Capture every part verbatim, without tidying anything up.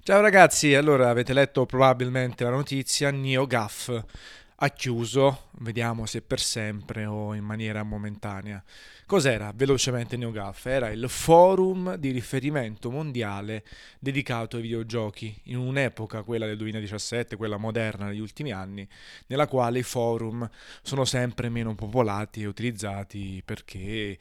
Ciao ragazzi, allora avete letto probabilmente la notizia, NeoGAF ha chiuso, vediamo se per sempre o in maniera momentanea. Cos'era velocemente NeoGAF? Era il forum di riferimento mondiale dedicato ai videogiochi, in un'epoca, quella del duemiladiciassette, quella moderna degli ultimi anni, nella quale i forum sono sempre meno popolati e utilizzati perché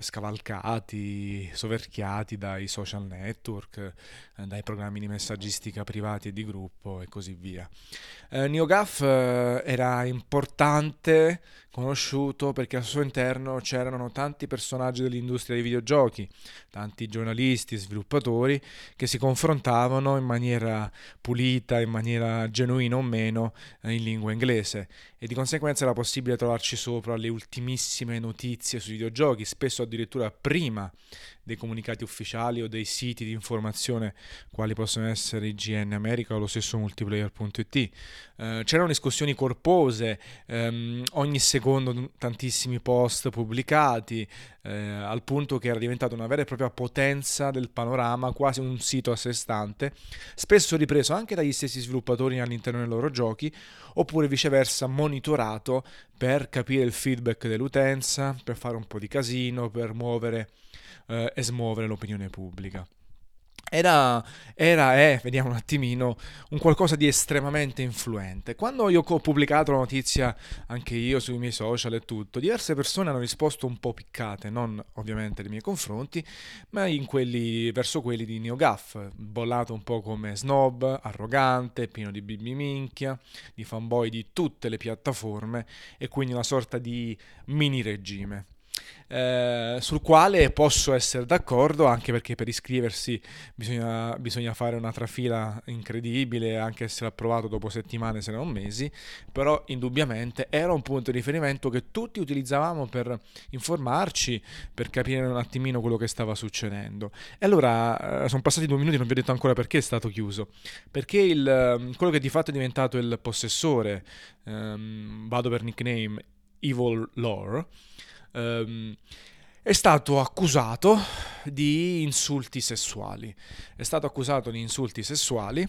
scavalcati, soverchiati dai social network, eh, dai programmi di messaggistica privati e di gruppo e così via. Eh, NeoGAF eh, era importante, conosciuto perché al suo interno c'erano tanti personaggi dell'industria dei videogiochi, tanti giornalisti, sviluppatori che si confrontavano in maniera pulita, in maniera genuina o meno, eh, in lingua inglese e di conseguenza era possibile trovarci sopra le ultimissime notizie sui videogiochi, spesso addirittura prima dei comunicati ufficiali o dei siti di informazione quali possono essere I G N America o lo stesso multiplayer punto it. Eh, c'erano discussioni corpose, ehm, ogni secondo tantissimi post pubblicati, eh, al punto che era diventata una vera e propria potenza del panorama, quasi un sito a sé stante, spesso ripreso anche dagli stessi sviluppatori all'interno dei loro giochi, oppure viceversa monitorato per capire il feedback dell'utenza, per fare un po' di casino, per muovere eh, e smuovere l'opinione pubblica. Era, era, è, vediamo un attimino, un qualcosa di estremamente influente. Quando io ho pubblicato la notizia, anche io sui miei social e tutto, diverse persone hanno risposto un po' piccate, non ovviamente nei miei confronti, ma in quelli, verso quelli di NeoGAF, bollato un po' come snob, arrogante, pieno di bimbi minchia, di fanboy di tutte le piattaforme e quindi una sorta di mini regime. Eh, sul quale posso essere d'accordo, anche perché per iscriversi bisogna, bisogna fare una trafila incredibile, anche essere approvato dopo settimane se non mesi, però indubbiamente era un punto di riferimento che tutti utilizzavamo per informarci, per capire un attimino quello che stava succedendo. E allora eh, sono passati due minuti, non vi ho detto ancora perché è stato chiuso, perché il, ehm, quello che di fatto è diventato il possessore, ehm, vado per nickname Evil Lore, ehm, è stato accusato di insulti sessuali. È stato accusato di insulti sessuali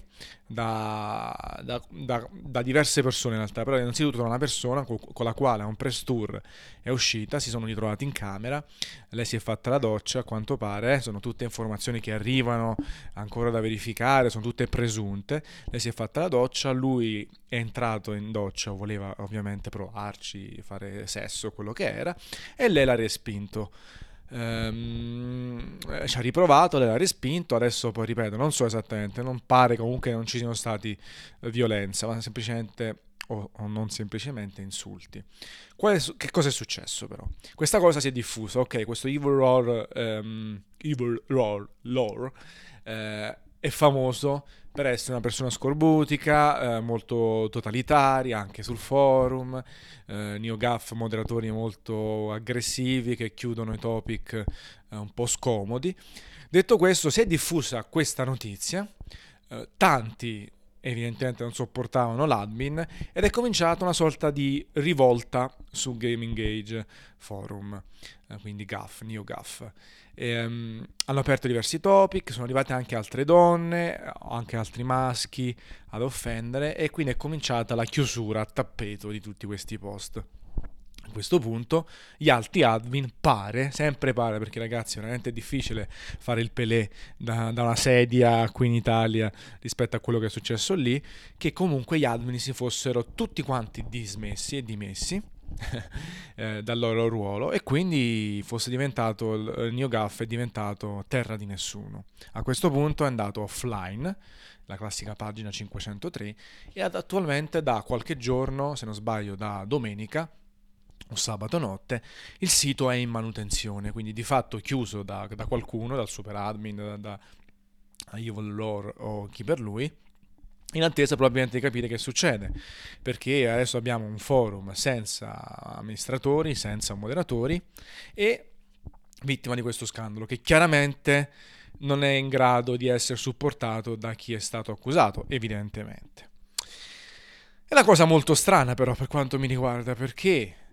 da, da- da- da diverse persone in realtà, però innanzitutto da una persona co- con la quale a un press tour è uscita, si sono ritrovati in camera, lei si è fatta la doccia, a quanto pare, sono tutte informazioni che arrivano ancora da verificare, sono tutte presunte, lei si è fatta la doccia, lui è entrato in doccia, voleva ovviamente provarci, fare sesso, quello che era, e lei l'ha respinto. Ehm, eh, ci ha riprovato, lei l'ha respinto, adesso poi ripeto, non so esattamente, non pare comunque non ci siano stati eh, violenza, ma semplicemente o, o non semplicemente insulti. Qual è su- che cosa è successo però? Questa cosa si è diffusa, ok, questo Evil Roar, ehm, Evil Roar Lore eh, è famoso per essere una persona scorbutica, eh, molto totalitaria anche sul forum, eh, NeoGAF moderatori molto aggressivi che chiudono i topic eh, un po' scomodi. Detto questo, si è diffusa questa notizia, eh, tanti evidentemente non sopportavano l'admin ed è cominciata una sorta di rivolta su Gaming Age Forum, eh, quindi GAF, NeoGAF. E, um, hanno aperto diversi topic, sono arrivate anche altre donne, anche altri maschi ad offendere e quindi è cominciata la chiusura a tappeto di tutti questi post. A questo punto gli altri admin pare, sempre pare perché ragazzi è veramente difficile fare il pelé da, da una sedia qui in Italia rispetto a quello che è successo lì, che comunque gli admin si fossero tutti quanti dismessi e dimessi eh, dal loro ruolo e quindi fosse diventato il, il NeoGAF è diventato terra di nessuno. A questo punto è andato offline, la classica pagina cinquecentotre, e ad attualmente da qualche giorno, se non sbaglio da domenica o sabato notte, il sito è in manutenzione, quindi di fatto chiuso da, da qualcuno, dal super admin, da, da Evil Lore o chi per lui, in attesa probabilmente di capire che succede, perché adesso abbiamo un forum senza amministratori, senza moderatori e vittima di questo scandalo che chiaramente non è in grado di essere supportato da chi è stato accusato, evidentemente. È una cosa molto strana però per quanto mi riguarda, perché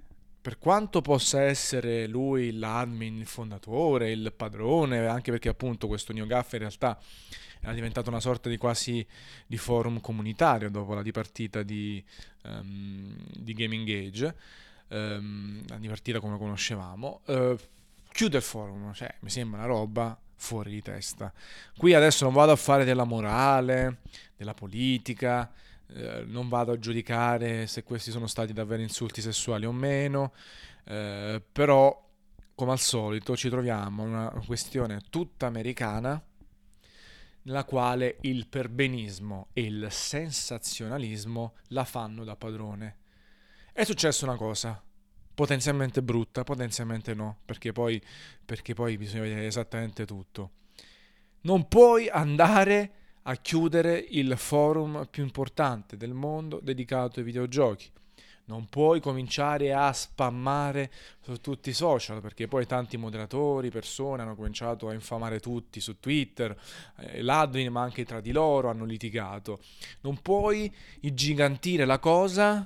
per quanto possa essere lui l'admin, il fondatore, il padrone, anche perché appunto questo NeoGAF in realtà era diventato una sorta di quasi di forum comunitario dopo la dipartita di, ehm, di Gaming Age, ehm, la dipartita come lo conoscevamo, eh, chiude il forum, cioè mi sembra una roba fuori di testa. Qui adesso non vado a fare della morale, della politica, eh, non vado a giudicare se questi sono stati davvero insulti sessuali o meno, eh, però come al solito ci troviamo in una questione tutta americana nella quale il perbenismo e il sensazionalismo la fanno da padrone. È successa una cosa, potenzialmente brutta, potenzialmente no, perché poi, perché poi bisogna vedere esattamente tutto. Non puoi andare a chiudere il forum più importante del mondo dedicato ai videogiochi. Non puoi cominciare a spammare su tutti i social, perché poi tanti moderatori, persone hanno cominciato a infamare tutti su Twitter, eh, l'admin ma anche tra di loro hanno litigato. Non puoi ingigantire la cosa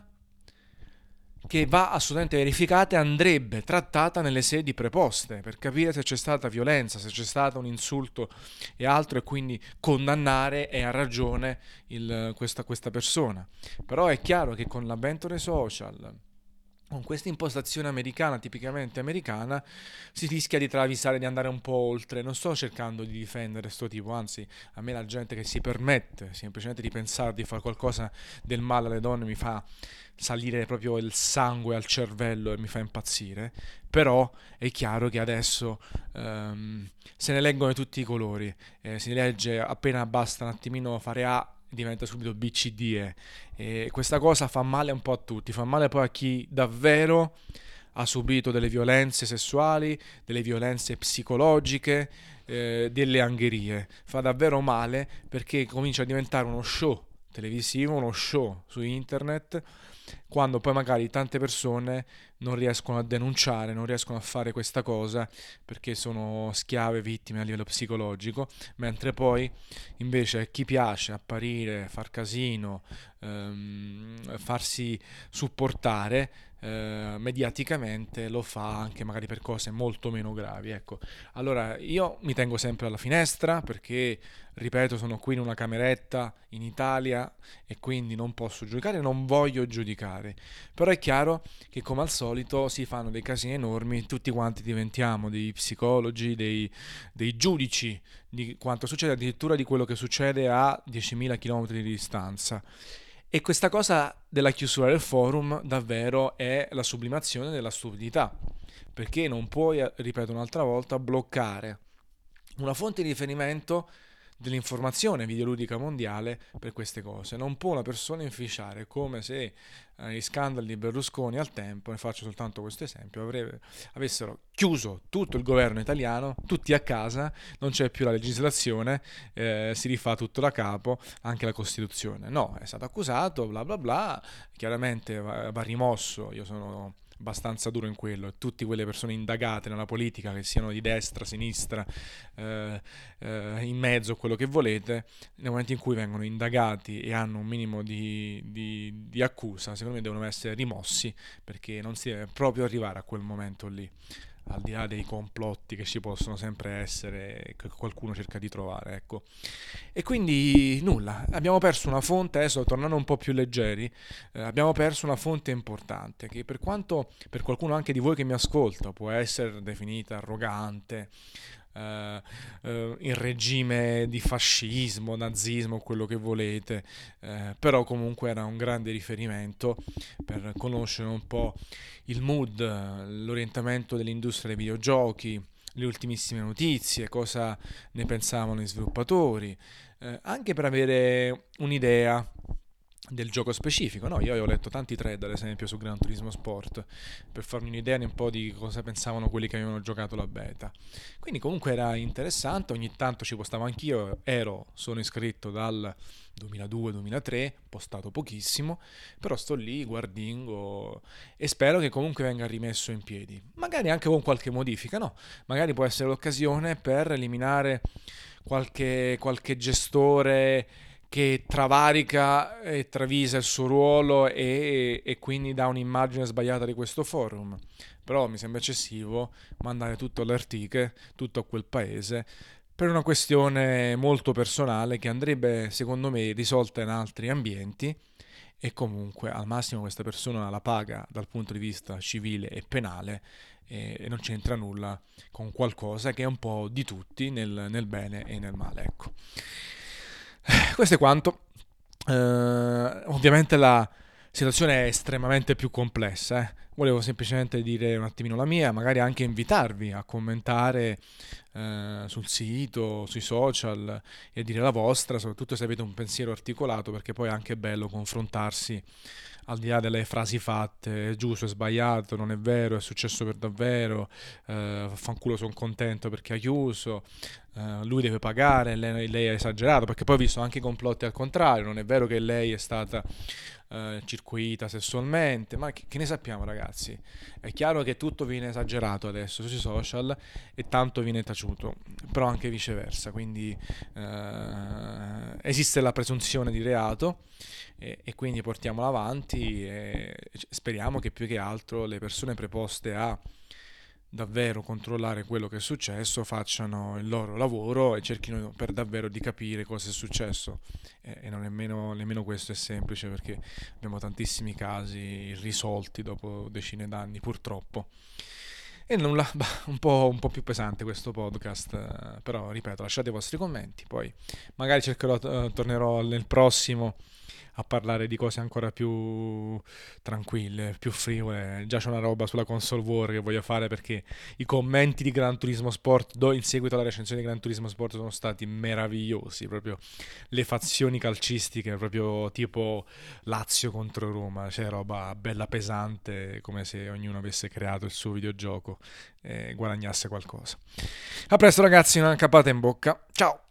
che va assolutamente verificata e andrebbe trattata nelle sedi preposte per capire se c'è stata violenza, se c'è stato un insulto e altro, e quindi condannare e ha ragione il, questa, questa persona. Però è chiaro che con l'avvento dei social, con questa impostazione americana, tipicamente americana, si rischia di travisare, di andare un po' oltre. Non sto cercando di difendere sto tipo, anzi, a me la gente che si permette semplicemente di pensare di fare qualcosa del male alle donne mi fa salire proprio il sangue al cervello e mi fa impazzire. Però è chiaro che adesso ehm, se ne leggono tutti i colori, eh, si legge appena basta un attimino fare A diventa subito B C D E, e questa cosa fa male un po' a tutti, fa male poi a chi davvero ha subito delle violenze sessuali, delle violenze psicologiche, eh, delle angherie, fa davvero male perché comincia a diventare uno show televisivo, uno show su internet, quando poi magari tante persone non riescono a denunciare, non riescono a fare questa cosa perché sono schiave, vittime a livello psicologico, mentre poi invece chi piace apparire, far casino, ehm, farsi supportare eh, mediaticamente lo fa anche magari per cose molto meno gravi. Ecco, allora io mi tengo sempre alla finestra perché, ripeto, sono qui in una cameretta in Italia e quindi non posso giudicare, non voglio giudicare. Però è chiaro che come al solito si fanno dei casini enormi, tutti quanti diventiamo dei psicologi, dei, dei giudici di quanto succede, addirittura di quello che succede a diecimila chilometri di distanza. E questa cosa della chiusura del forum davvero è la sublimazione della stupidità, perché non puoi, ripeto un'altra volta, bloccare una fonte di riferimento dell'informazione videoludica mondiale per queste cose. Non può una persona inficiare, come se eh, gli scandali di Berlusconi al tempo, ne faccio soltanto questo esempio, avrebbe, avessero chiuso tutto il governo italiano, tutti a casa, non c'è più la legislazione, eh, si rifà tutto da capo, anche la Costituzione. No, è stato accusato, bla bla bla, chiaramente va, va rimosso, io sono abbastanza duro in quello, e tutte quelle persone indagate nella politica, che siano di destra, sinistra, eh, eh, in mezzo, quello che volete, nel momento in cui vengono indagati e hanno un minimo di, di, di accusa, secondo me devono essere rimossi, perché non si deve proprio arrivare a quel momento lì, al di là dei complotti che ci possono sempre essere, che qualcuno cerca di trovare, ecco. E quindi nulla, abbiamo perso una fonte, adesso tornando un po' più leggeri, eh, abbiamo perso una fonte importante che, per quanto per qualcuno anche di voi che mi ascolta può essere definita arrogante, eh, eh, in regime di fascismo, nazismo, quello che volete, eh, però comunque era un grande riferimento per conoscere un po' il mood, l'orientamento dell'industria dei videogiochi, le ultimissime notizie, cosa ne pensavano gli sviluppatori, eh, anche per avere un'idea del gioco specifico. No, io avevo letto tanti thread, ad esempio, su Gran Turismo Sport, per farmi un'idea un po' di cosa pensavano quelli che avevano giocato la beta. Quindi comunque era interessante, ogni tanto ci postavo anch'io, ero, sono iscritto dal duemiladue duemilatré, postato pochissimo, però sto lì, guardingo, e spero che comunque venga rimesso in piedi. Magari anche con qualche modifica, no? Magari può essere l'occasione per eliminare qualche, qualche gestore che travarica e travisa il suo ruolo e, e quindi dà un'immagine sbagliata di questo forum. Però mi sembra eccessivo mandare tutto all'Artiche, tutto a quel paese, per una questione molto personale che andrebbe, secondo me, risolta in altri ambienti e comunque al massimo questa persona la paga dal punto di vista civile e penale e, e non c'entra nulla con qualcosa che è un po' di tutti nel, nel bene e nel male, ecco. Questo è quanto. Eh, ovviamente la situazione è estremamente più complessa, eh. Volevo semplicemente dire un attimino la mia, magari anche invitarvi a commentare eh, sul sito, sui social e a dire la vostra, soprattutto se avete un pensiero articolato, perché poi è anche bello confrontarsi al di là delle frasi fatte, è giusto, è sbagliato, non è vero, è successo per davvero, eh, fanculo sono contento perché ha chiuso, eh, lui deve pagare, lei, lei ha esagerato, perché poi ho visto anche i complotti al contrario, non è vero che lei è stata eh, circuita sessualmente, ma che, che ne sappiamo ragazzi? È chiaro che tutto viene esagerato adesso sui social e tanto viene taciuto, però anche viceversa, quindi eh, esiste la presunzione di reato e, e quindi portiamola avanti e speriamo che più che altro le persone preposte a davvero controllare quello che è successo facciano il loro lavoro e cerchino per davvero di capire cosa è successo e, e non nemmeno, nemmeno questo è semplice perché abbiamo tantissimi casi irrisolti dopo decine d'anni purtroppo. E nulla, bah, un po', un po' più pesante questo podcast, eh, però ripeto, lasciate i vostri commenti, poi magari cercherò, eh, tornerò nel prossimo a parlare di cose ancora più tranquille, più frivole. Già c'è una roba sulla console war che voglio fare perché i commenti di Gran Turismo Sport do- in seguito alla recensione di Gran Turismo Sport sono stati meravigliosi, proprio le fazioni calcistiche, proprio tipo Lazio contro Roma, c'è roba bella pesante, come se ognuno avesse creato il suo videogioco e guadagnasse qualcosa. A presto ragazzi, una cappata in bocca. Ciao!